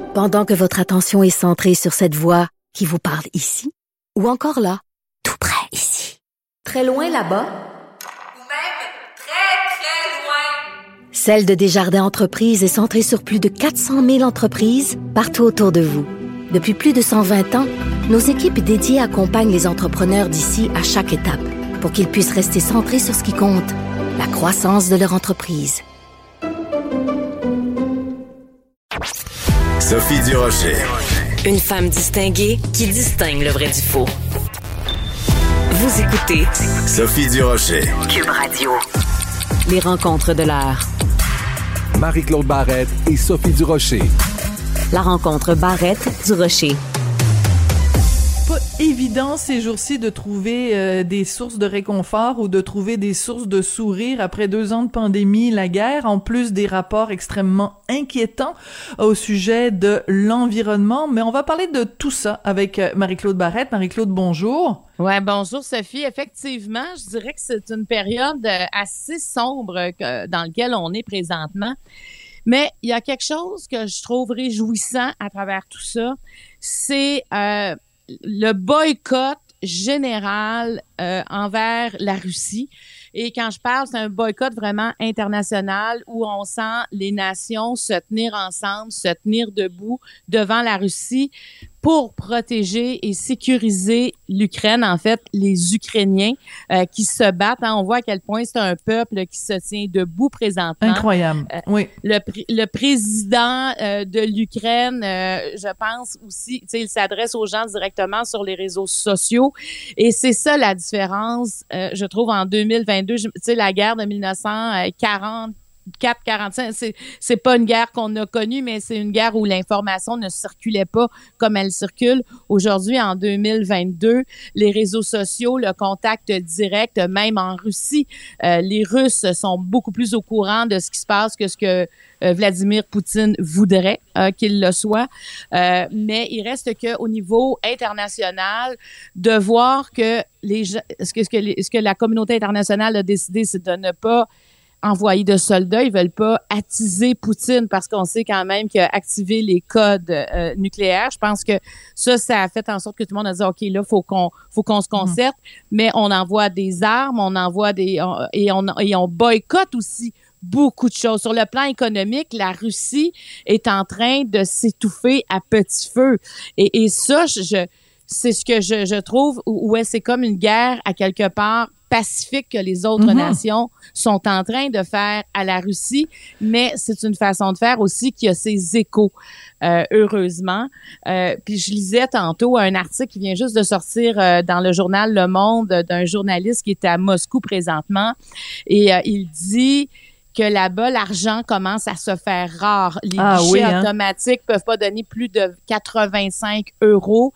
Pendant que votre attention est centrée sur cette voix qui vous parle ici, ou encore là, tout près ici, très loin là-bas, ou même très, très loin. Celle de Desjardins Entreprises est centrée sur plus de 400 000 entreprises partout autour de vous. Depuis plus de 120 ans, nos équipes dédiées accompagnent les entrepreneurs d'ici à chaque étape pour qu'ils puissent rester centrés sur ce qui compte, la croissance de leur entreprise. Sophie Durocher. Une femme distinguée qui distingue le vrai du faux. Vous écoutez Sophie Durocher. Cube Radio. Les rencontres de l'heure. Marie-Claude Barrette et Sophie Durocher. La rencontre Barrette-Durocher. Pas évident ces jours-ci de trouver des sources de réconfort ou de trouver des sources de sourire après 2 ans de pandémie, la guerre, en plus des rapports extrêmement inquiétants au sujet de l'environnement. Mais on va parler de tout ça avec Marie-Claude Barrette. Marie-Claude, bonjour. Ouais, bonjour Sophie. Effectivement, je dirais que c'est une période assez sombre dans laquelle on est présentement. Mais il y a quelque chose que je trouve réjouissant à travers tout ça, c'est le boycott général envers la Russie. Et quand je parle, c'est un boycott vraiment international où on sent les nations se tenir ensemble, se tenir debout devant la Russie pour protéger et sécuriser l'Ukraine, en fait, les Ukrainiens qui se battent. Hein. On voit à quel point c'est un peuple qui se tient debout présentement. Incroyable, oui. Le président de l'Ukraine, je pense aussi, tu sais, il s'adresse aux gens directement sur les réseaux sociaux. Et c'est ça la différence, je trouve, en 2022. Tu sais, la guerre de 1940, 4-45, c'est pas une guerre qu'on a connue, mais c'est une guerre où l'information ne circulait pas comme elle circule aujourd'hui en 2022. Les réseaux sociaux, le contact direct, même en Russie, les Russes sont beaucoup plus au courant de ce qui se passe que ce que Vladimir Poutine voudrait qu'il le soit. Mais il reste que au niveau international, de voir que ce que la communauté internationale a décidé, c'est de ne pas envoyer de soldats, ils veulent pas attiser Poutine parce qu'on sait quand même qu'il a activé les codes nucléaires. Je pense que ça a fait en sorte que tout le monde a dit OK, là faut qu'on se concerte, mais on envoie des armes, on envoie et on boycotte aussi beaucoup de choses. Sur le plan économique, la Russie est en train de s'étouffer à petit feu. Et ça, c'est ce que je trouve où c'est comme une guerre à quelque part pacifique que les autres nations sont en train de faire à la Russie, mais c'est une façon de faire aussi qui a ses échos, heureusement. Puis je lisais tantôt un article qui vient juste de sortir dans le journal Le Monde d'un journaliste qui est à Moscou présentement, et il dit que là-bas, l'argent commence à se faire rare. Les guichets automatiques peuvent pas donner plus de 85 €.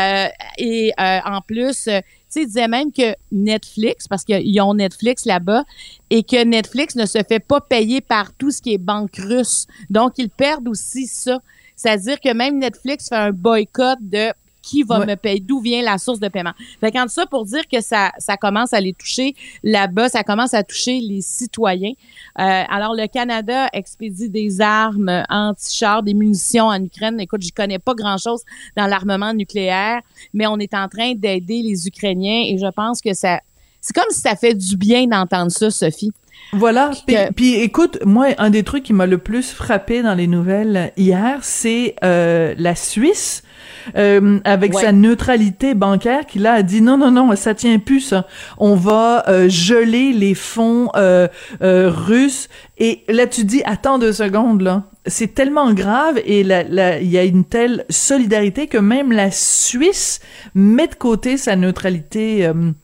Et en plus, tu sais, il disait même que Netflix, parce qu'ils ont Netflix là-bas, et que Netflix ne se fait pas payer par tout ce qui est banque russe. Donc, ils perdent aussi ça. C'est-à-dire que même Netflix fait un boycott de qui va me payer, d'où vient la source de paiement. Fait quand ça pour dire que ça commence à les toucher là-bas, ça commence à toucher les citoyens. Alors le Canada expédie des armes anti-chars, des munitions en Ukraine. Écoute, j'y connais pas grand-chose dans l'armement nucléaire, mais on est en train d'aider les Ukrainiens et je pense que c'est comme si ça fait du bien d'entendre ça, Sophie. Voilà. Puis écoute, moi, un des trucs qui m'a le plus frappé dans les nouvelles hier, c'est la Suisse avec sa neutralité bancaire qui là a dit non, ça tient plus ça. On va geler les fonds russes. Et là, tu dis, attends 2 secondes, là. C'est tellement grave et il y a une telle solidarité que même la Suisse met de côté sa neutralité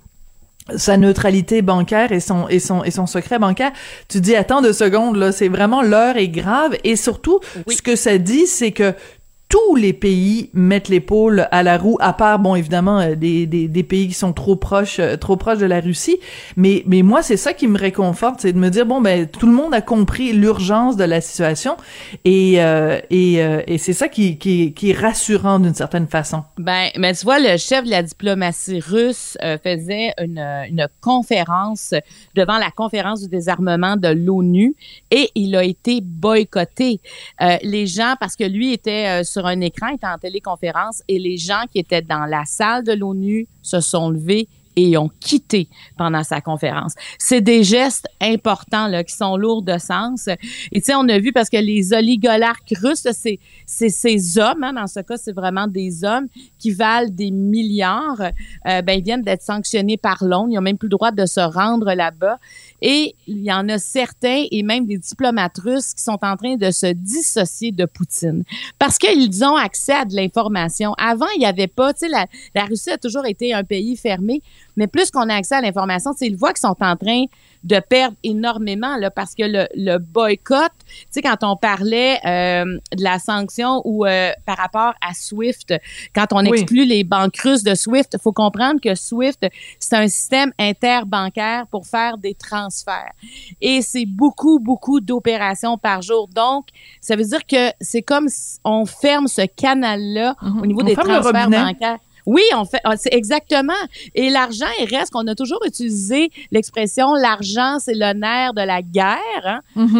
bancaire et son secret bancaire. Tu dis, attends 2 secondes, là, c'est vraiment l'heure est grave. Et surtout, ce que ça dit, c'est que tous les pays mettent l'épaule à la roue, à part, bon, évidemment, des pays qui sont trop proches de la Russie. Mais moi, c'est ça qui me réconforte, c'est de me dire, bon, ben, tout le monde a compris l'urgence de la situation et c'est ça qui est rassurant d'une certaine façon. Ben, mais tu vois, le chef de la diplomatie russe faisait une conférence devant la conférence du désarmement de l'ONU et il a été boycotté. Les gens, parce que lui était sur un écran, était en téléconférence, et les gens qui étaient dans la salle de l'ONU se sont levés et ont quitté pendant sa conférence. C'est des gestes importants là, qui sont lourds de sens. Et tu sais, on a vu, parce que les oligarques russes, c'est ces hommes, hein, dans ce cas, c'est vraiment des hommes qui valent des milliards, ils viennent d'être sanctionnés par l'ONU. Ils n'ont même plus le droit de se rendre là-bas. Et il y en a certains, et même des diplomates russes, qui sont en train de se dissocier de Poutine. Parce qu'ils ont accès à de l'information. Avant, il n'y avait pas, tu sais, la Russie a toujours été un pays fermé, mais plus qu'on a accès à l'information, tu sais, ils voient qu'ils sont en train de perdre énormément, là, parce que le boycott, tu sais, quand on parlait de la sanction ou par rapport à SWIFT, quand on exclut les banques russes de SWIFT, il faut comprendre que SWIFT, c'est un système interbancaire pour faire des transferts. Et c'est beaucoup, beaucoup d'opérations par jour. Donc, ça veut dire que c'est comme si on ferme ce canal-là au niveau des transferts bancaires. Oui, c'est exactement. Et l'argent, il reste qu'on a toujours utilisé l'expression l'argent, c'est le nerf de la guerre. Hein?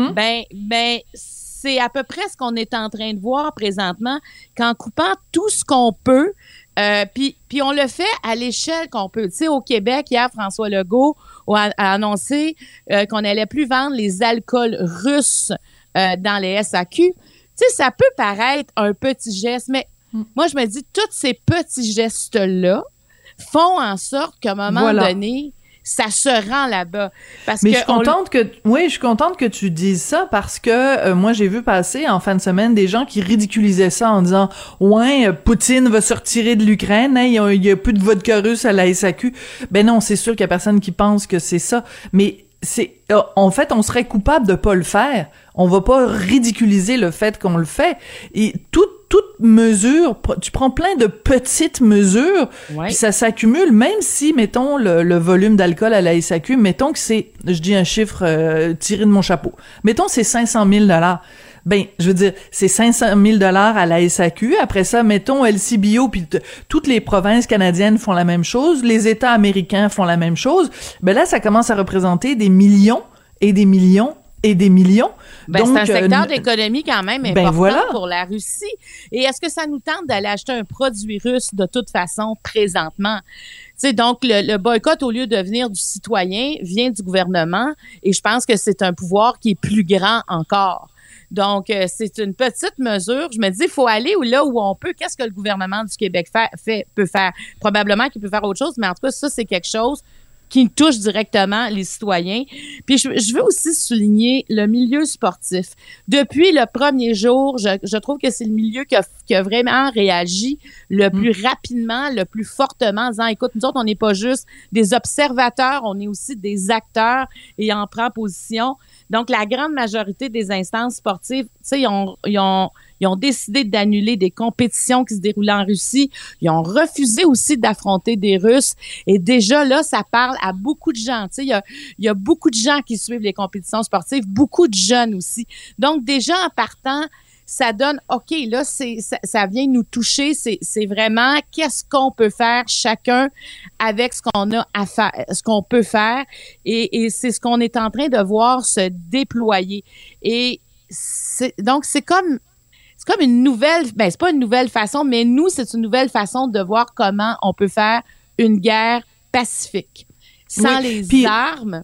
Ben, c'est à peu près ce qu'on est en train de voir présentement, qu'en coupant tout ce qu'on peut, puis on le fait à l'échelle qu'on peut. Tu sais, au Québec, hier, François Legault a annoncé qu'on n'allait plus vendre les alcools russes dans les SAQ. Tu sais, ça peut paraître un petit geste, mais moi, je me dis, tous ces petits gestes-là font en sorte qu'à un moment donné, ça se rend là-bas. Mais je suis contente que tu dises ça, parce que moi, j'ai vu passer en fin de semaine des gens qui ridiculisaient ça en disant « Ouais, Poutine va se retirer de l'Ukraine, hein, il y a plus de vodka russe à la SAQ. » Ben non, c'est sûr qu'il y a personne qui pense que c'est ça. Mais en fait, on serait coupable de pas le faire. On va pas ridiculiser le fait qu'on le fait. Et toute mesure, tu prends plein de petites mesures, puis ça s'accumule, même si, mettons, le volume d'alcool à la SAQ, mettons que c'est, je dis un chiffre tiré de mon chapeau, mettons c'est 500 000 $. Ben, je veux dire, c'est 500 000 $ à la SAQ. Après ça, mettons LCBO, puis toutes les provinces canadiennes font la même chose, les États américains font la même chose. Ben là, ça commence à représenter des millions et des millions et des millions. Ben, donc, c'est un secteur d'économie quand même important pour la Russie. Et est-ce que ça nous tente d'aller acheter un produit russe de toute façon présentement? Tu sais, donc, le boycott, au lieu de venir du citoyen, vient du gouvernement. Et je pense que c'est un pouvoir qui est plus grand encore. Donc, c'est une petite mesure. Je me dis, il faut aller là où on peut. Qu'est-ce que le gouvernement du Québec peut faire? Probablement qu'il peut faire autre chose, mais en tout cas, ça, c'est quelque chose qui touche directement les citoyens. Puis je veux aussi souligner le milieu sportif. Depuis le premier jour, je trouve que c'est le milieu qui a vraiment réagi le plus rapidement, le plus fortement, en disant, écoute, nous autres, on n'est pas juste des observateurs, on est aussi des acteurs et on prend position. Donc, la grande majorité des instances sportives, tu sais, ils ont décidé d'annuler des compétitions qui se déroulaient en Russie. Ils ont refusé aussi d'affronter des Russes. Et déjà, là, ça parle à beaucoup de gens. Tu sais, il y a beaucoup de gens qui suivent les compétitions sportives, beaucoup de jeunes aussi. Donc, déjà, en partant, ça donne, OK, là, ça vient nous toucher. C'est vraiment qu'est-ce qu'on peut faire chacun avec ce qu'on a à faire, ce qu'on peut faire. Et c'est ce qu'on est en train de voir se déployer. Et donc, c'est comme une nouvelle, c'est pas une nouvelle façon, mais nous, c'est une nouvelle façon de voir comment on peut faire une guerre pacifique, sans les armes.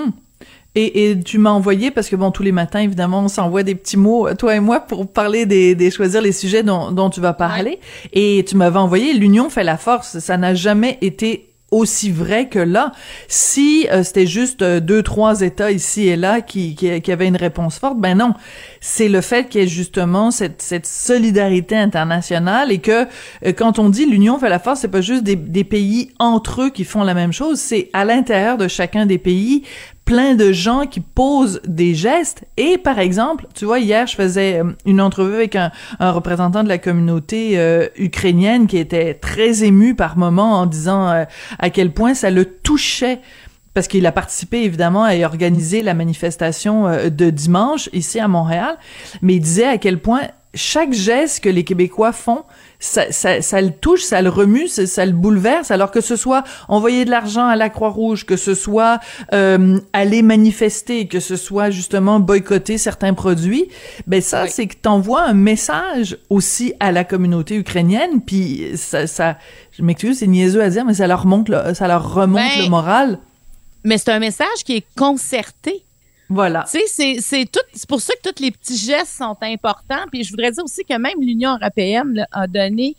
Et tu m'as envoyé, parce que bon, tous les matins, évidemment, on s'envoie des petits mots, toi et moi, pour parler choisir les sujets dont tu vas parler. Et tu m'avais envoyé « L'union fait la force ». Ça n'a jamais été aussi vrai que là. Si c'était juste 2-3 États ici et là qui avaient une réponse forte, ben non. C'est le fait qu'il y ait justement cette solidarité internationale, et que quand on dit l'union fait la force, c'est pas juste des pays entre eux qui font la même chose, c'est à l'intérieur de chacun des pays, plein de gens qui posent des gestes. Et par exemple, tu vois, hier, je faisais une entrevue avec un représentant de la communauté ukrainienne qui était très ému par moments en disant à quel point ça le touchait, parce qu'il a participé évidemment à organiser la manifestation de dimanche ici à Montréal, mais il disait à quel point chaque geste que les Québécois font, ça le touche, ça le remue, ça le bouleverse. Alors que ce soit envoyer de l'argent à la Croix-Rouge, que ce soit aller manifester, que ce soit justement boycotter certains produits, ben ça, c'est que t'envoies un message aussi à la communauté ukrainienne. Puis ça, je m'excuse, c'est niaiseux à dire, mais ça leur remonte le moral. Mais c'est un message qui est concerté. Voilà. Tu sais, c'est pour ça que tous les petits gestes sont importants. Puis je voudrais dire aussi que même l'Union européenne là, a donné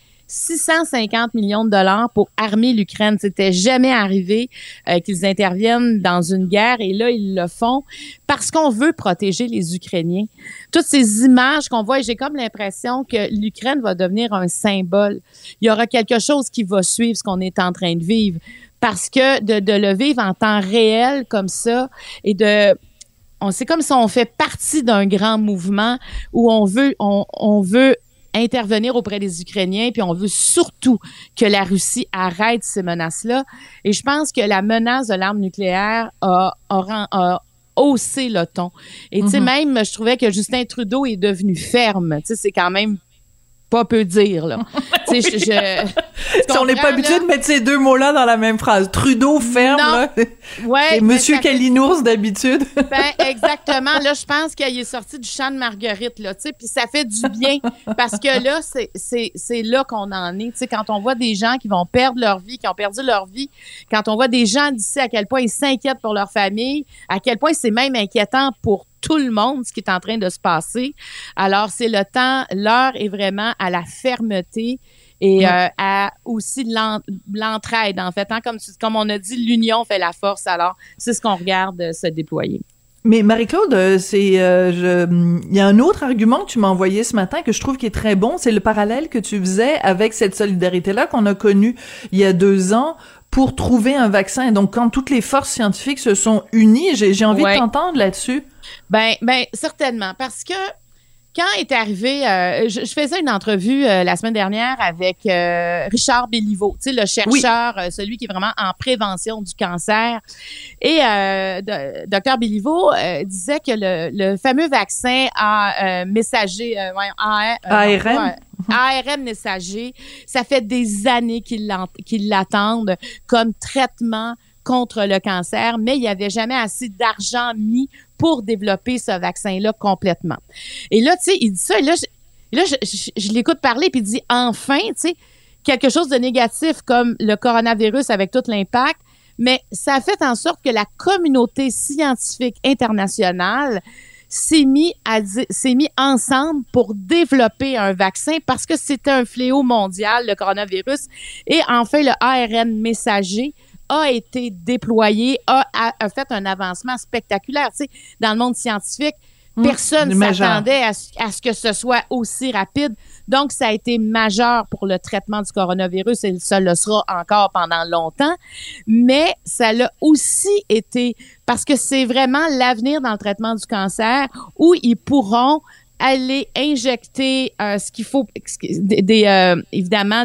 650 millions de dollars pour armer l'Ukraine. C'était jamais arrivé qu'ils interviennent dans une guerre et là, ils le font parce qu'on veut protéger les Ukrainiens. Toutes ces images qu'on voit, et j'ai comme l'impression que l'Ukraine va devenir un symbole. Il y aura quelque chose qui va suivre ce qu'on est en train de vivre parce que de le vivre en temps réel comme ça et c'est comme si on fait partie d'un grand mouvement où on veut intervenir auprès des Ukrainiens, puis on veut surtout que la Russie arrête ces menaces-là. Et je pense que la menace de l'arme nucléaire a haussé le ton. Et tu sais, même, je trouvais que Justin Trudeau est devenu ferme. Tu sais, c'est quand même pas peu dire, là. Tu sais, on n'est pas habitué de mettre ces deux mots-là dans la même phrase. Trudeau ferme, non. Là. Ouais. Et Monsieur Kalinours d'habitude. Ben, exactement. Là, je pense qu'il est sorti du champ de Marguerite, là, tu sais, puis ça fait du bien parce que là, c'est là qu'on en est. Tu sais, quand on voit des gens qui vont perdre leur vie, qui ont perdu leur vie, quand on voit des gens d'ici à quel point ils s'inquiètent pour leur famille, à quel point c'est même inquiétant pour tout le monde, ce qui est en train de se passer. Alors, c'est le temps, l'heure est vraiment à la fermeté et à aussi l'entraide, en fait. Hein? Comme on a dit, l'union fait la force. Alors, c'est ce qu'on regarde se déployer. Mais Marie-Claude, il y a un autre argument que tu m'as envoyé ce matin que je trouve qui est très bon, c'est le parallèle que tu faisais avec cette solidarité-là qu'on a connue il y a 2 ans pour trouver un vaccin. Et donc, quand toutes les forces scientifiques se sont unies, j'ai envie de t'entendre là-dessus. Ben, certainement, parce que quand est arrivé, je faisais une entrevue la semaine dernière avec Richard Béliveau, tu sais, le chercheur, celui qui est vraiment en prévention du cancer. Et Dr Béliveau disait que le fameux vaccin messager, ARN messager, ça fait des années qu'ils l'attendent comme traitement contre le cancer, mais il n'y avait jamais assez d'argent mis pour développer ce vaccin-là complètement. Et là, tu sais, il dit ça, et là, je l'écoute parler, puis il dit, enfin, tu sais, quelque chose de négatif comme le coronavirus avec tout l'impact, mais ça a fait en sorte que la communauté scientifique internationale s'est mis ensemble pour développer un vaccin parce que c'était un fléau mondial, le coronavirus. Et enfin, le ARN messager a été déployé, a fait un avancement spectaculaire. Tu sais, dans le monde scientifique, personne ne s'attendait à ce que ce soit aussi rapide. Donc, ça a été majeur pour le traitement du coronavirus et ça le sera encore pendant longtemps. Mais ça l'a aussi été parce que c'est vraiment l'avenir dans le traitement du cancer où ils pourront aller injecter ce qu'il faut, évidemment,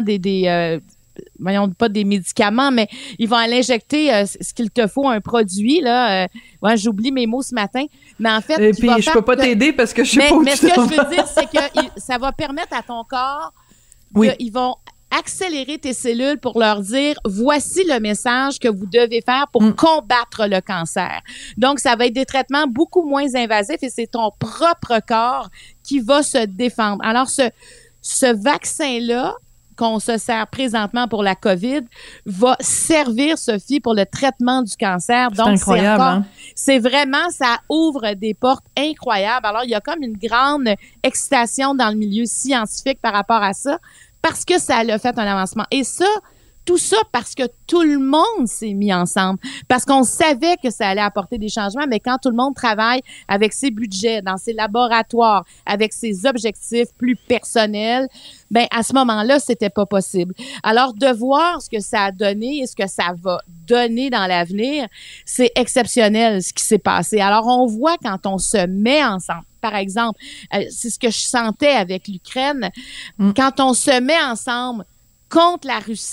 voyons, pas des médicaments, mais ils vont aller injecter ce qu'il te faut, un produit, là. J'oublie mes mots ce matin. Mais en fait, et puis, je peux pas t'aider parce que je sais pas où tu Mais ce que je veux dire, c'est que ça va permettre à ton corps ils vont accélérer tes cellules pour leur dire, voici le message que vous devez faire pour combattre le cancer. Donc, ça va être des traitements beaucoup moins invasifs et c'est ton propre corps qui va se défendre. Alors, ce vaccin-là, qu'on se sert présentement pour la COVID, va servir, Sophie, pour le traitement du cancer. Donc, c'est incroyable. C'est vraiment, ça ouvre des portes incroyables. Alors, il y a comme une grande excitation dans le milieu scientifique par rapport à ça, parce que ça a fait un avancement. Et ça, tout ça parce que tout le monde s'est mis ensemble, parce qu'on savait que ça allait apporter des changements, mais quand tout le monde travaille avec ses budgets, dans ses laboratoires, avec ses objectifs plus personnels, ben à ce moment-là, c'était pas possible. Alors, de voir ce que ça a donné et ce que ça va donner dans l'avenir, c'est exceptionnel ce qui s'est passé. Alors, on voit quand on se met ensemble. Par exemple, c'est ce que je sentais avec l'Ukraine. Quand on se met ensemble contre la Russie,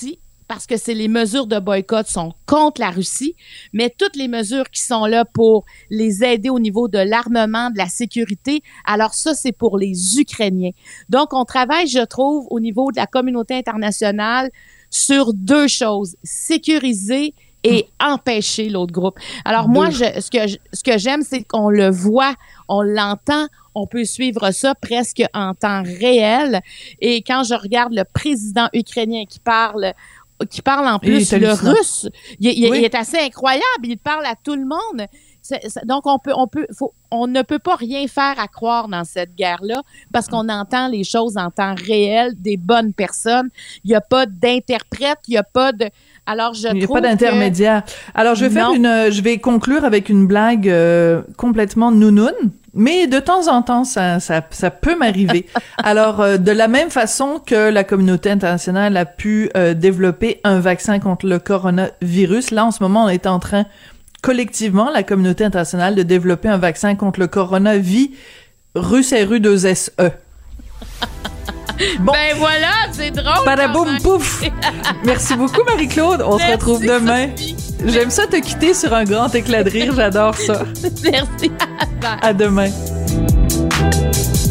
parce que c'est les mesures de boycott sont contre la Russie, mais toutes les mesures qui sont là pour les aider au niveau de l'armement, de la sécurité, alors ça, c'est pour les Ukrainiens. Donc, on travaille, je trouve, au niveau de la communauté internationale sur deux choses, sécuriser et empêcher l'autre groupe. Alors moi, ce que j'aime, c'est qu'on le voit, on l'entend, on peut suivre ça presque en temps réel. Et quand je regarde le président ukrainien qui parle en plus le russe, il est assez incroyable, il parle à tout le monde. Donc on ne peut pas rien faire à croire dans cette guerre-là parce qu'on entend les choses en temps réel des bonnes personnes. Il n'y a pas d'interprète, il n'y a pas de... Alors, il n'y a pas d'intermédiaire. Alors, je vais conclure avec une blague complètement nounoune, mais de temps en temps, ça peut m'arriver. Alors, de la même façon que la communauté internationale a pu développer un vaccin contre le coronavirus, là, en ce moment, on est en train, collectivement, la communauté internationale, de développer un vaccin contre le coronavirus RU2SE. Bon. Ben voilà, c'est drôle. Badaboum pouf. Merci beaucoup Marie-Claude. On se retrouve demain. Sophie. J'aime ça te quitter sur un grand éclat de rire. J'adore ça. Merci. À demain.